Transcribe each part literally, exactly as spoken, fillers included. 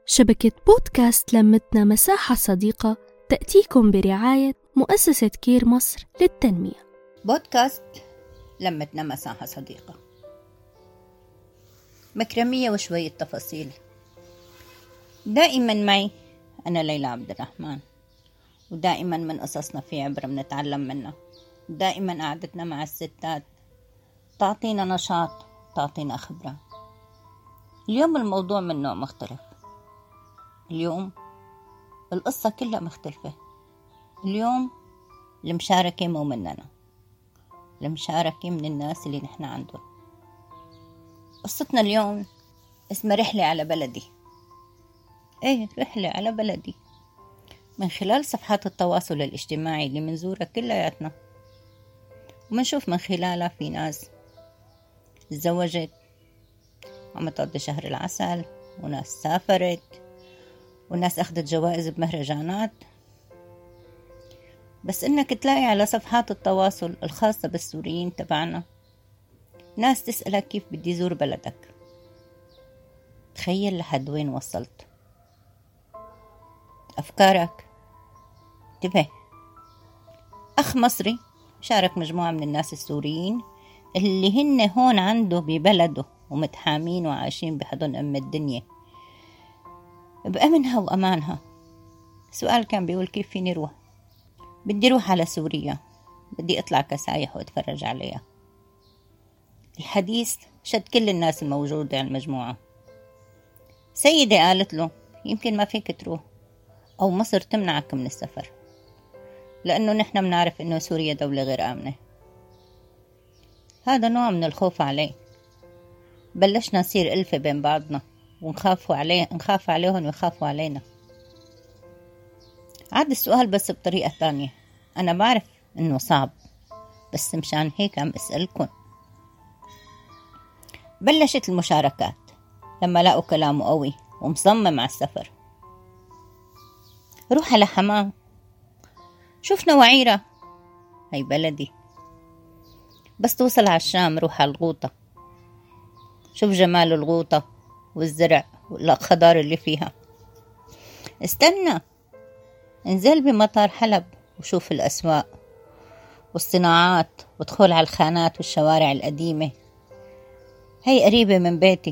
شبكة بودكاست لمتنا مساحة صديقة تأتيكم برعاية مؤسسة كير مصر للتنمية. بودكاست لمتنا مساحة صديقة، مكرمية وشوية تفاصيل. دائما معي أنا ليلى عبد الرحمن، ودائما من قصصنا في عبرة بنتعلم منها. دائما قعدتنا مع الستات تعطينا نشاط، تعطينا خبرة. اليوم الموضوع من نوع مختلف. اليوم القصة كلها مختلفة. اليوم المشاركة مو مننا، المشاركة من الناس اللي نحن عندهم. قصتنا اليوم اسمها رحلة على بلدي. ايه رحلة على بلدي، من خلال صفحات التواصل الاجتماعي اللي منزورها كلياتنا، ومنشوف من خلالها في ناس تزوجت عم تقضي شهر العسل، وناس سافرت، وناس أخذت جوائز بمهرجانات. بس إنك تلاقي على صفحات التواصل الخاصة بالسوريين تبعنا ناس تسألك كيف بدي زور بلدك. تخيل لحد وين وصلت أفكارك. انتبه، أخ مصري شارك مجموعة من الناس السوريين اللي هن هون عنده ببلده ومتحامين وعايشين بحضن أم الدنيا بأمنها وأمانها. سؤال كان بيقول كيف فيني روح؟ بدي روح على سوريا، بدي أطلع كسايح وأتفرج عليها. الحديث شد كل الناس الموجودة على المجموعة. سيدة قالت له يمكن ما فيك تروح، أو مصر تمنعك من السفر، لأنه نحن بنعرف أنه سوريا دولة غير آمنة. هذا نوع من الخوف عليه. بلشنا نصير ألفة بين بعضنا، ونخافوا عليه نخاف عليهم ويخافوا علينا. عاد السؤال بس بطريقة تانية. أنا بعرف إنه صعب، بس مشان هيك عم أسألكم. بلشت المشاركات لما لقوا كلامه قوي ومصمم على السفر. روح على حمام، شوفنا وعيرة، هي بلدي. بس توصل على الشام روح على الغوطة، شوف جمال الغوطة والزرع والخضار اللي فيها. استنى، انزل بمطار حلب وشوف الأسواق والصناعات، وادخل على الخانات والشوارع القديمة، هي قريبة من بيتي.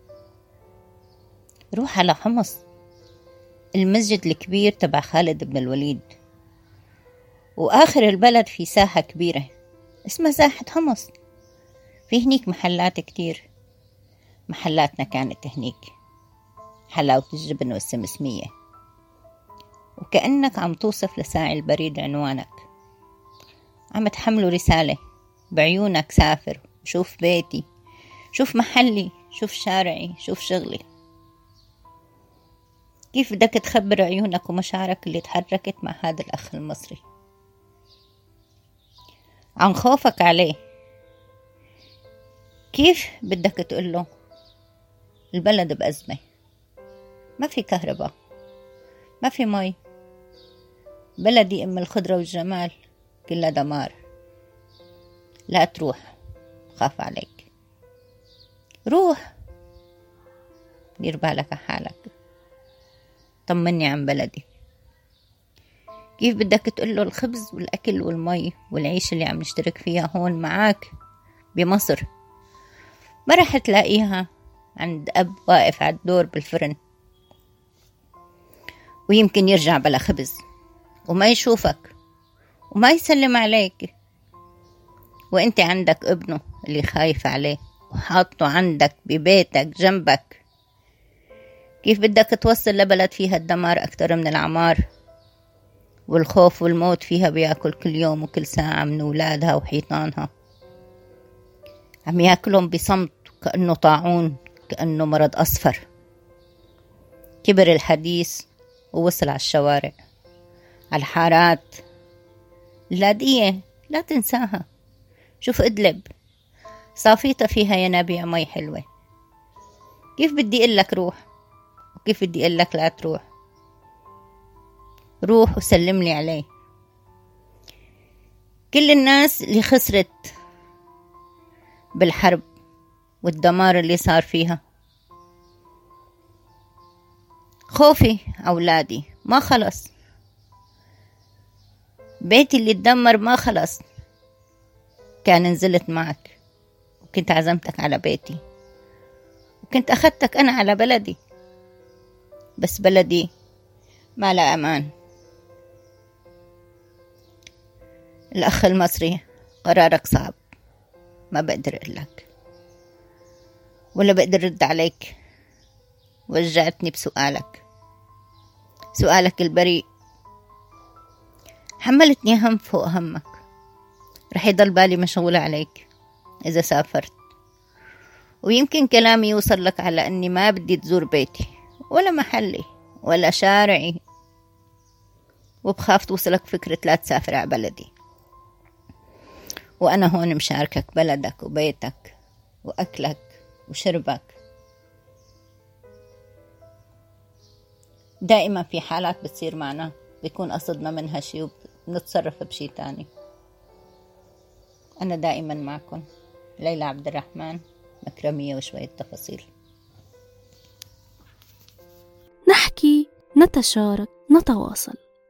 روح على حمص، المسجد الكبير تبع خالد بن الوليد، وآخر البلد في ساحة كبيرة اسمها ساحة حمص. في هنيك محلات كتير، محلاتنا كانت هنيك، حلاوة الجبن والسمسمية. وكأنك عم توصف لساعي البريد عنوانك، عم تحمله رسالة بعيونك. سافر وشوف بيتي، شوف محلي، شوف شارعي، شوف شغلي. كيف بدك تخبر عيونك ومشاعرك اللي تحركت مع هذا الأخ المصري عن خوفك عليه؟ كيف بدك تقوله البلد بأزمة، ما في كهرباء، ما في مي، بلدي أم الخضرة والجمال كلها دمار. لا تروح، خاف عليك. روح دير بالك على حالك، طمني عن بلدي. كيف بدك تقوله الخبز والأكل والمي والعيش اللي عم نشترك فيها هون معاك بمصر ما رح تلاقيها عند أب واقف على الدور بالفرن، ويمكن يرجع بلا خبز وما يشوفك وما يسلم عليك، وانت عندك ابنه اللي خايف عليه وحاطه عندك ببيتك جنبك. كيف بدك توصل لبلد فيها الدمار أكتر من العمار، والخوف والموت فيها بياكل كل يوم وكل ساعة من أولادها وحيطانها، عم ياكلهم بصمت كأنه طاعون، كأنه مرض أصفر. كبر الحديث ووصل على الشوارع، على الحارات اللاذقية لا تنساها. شوف إدلب صافيتها فيها ينابيع مي حلوة. كيف بدي أقلك روح، وكيف بدي أقلك لا تروح؟ روح وسلم لي عليه. كل الناس اللي خسرت بالحرب والدمار اللي صار فيها خوفي أولادي ما خلص، بيتي اللي اتدمر ما خلص. كان نزلت معك وكنت عزمتك على بيتي، وكنت أخذتك أنا على بلدي، بس بلدي ما لا أمان. الأخ المصري قرارك صعب، ما بقدر أقولك ولا بقدر رد عليك. وجعتني بسؤالك، سؤالك البريء، حملتني هم فوق همك. رح يضل بالي مشغولة عليك إذا سافرت، ويمكن كلامي يوصل لك على أني ما بدي تزور بيتي ولا محلي ولا شارعي، وبخاف توصلك فكرة لا تسافر على بلدي. وأنا هون مشاركك بلدك وبيتك وأكلك وشربك. دائما في حالات بتصير معنا بيكون قصدنا منها شيء وبنتصرف بشي تاني. أنا دائما معكم، ليلى عبد الرحمن، مكرمية وشوية تفاصيل. نحكي، نتشارك، نتواصل.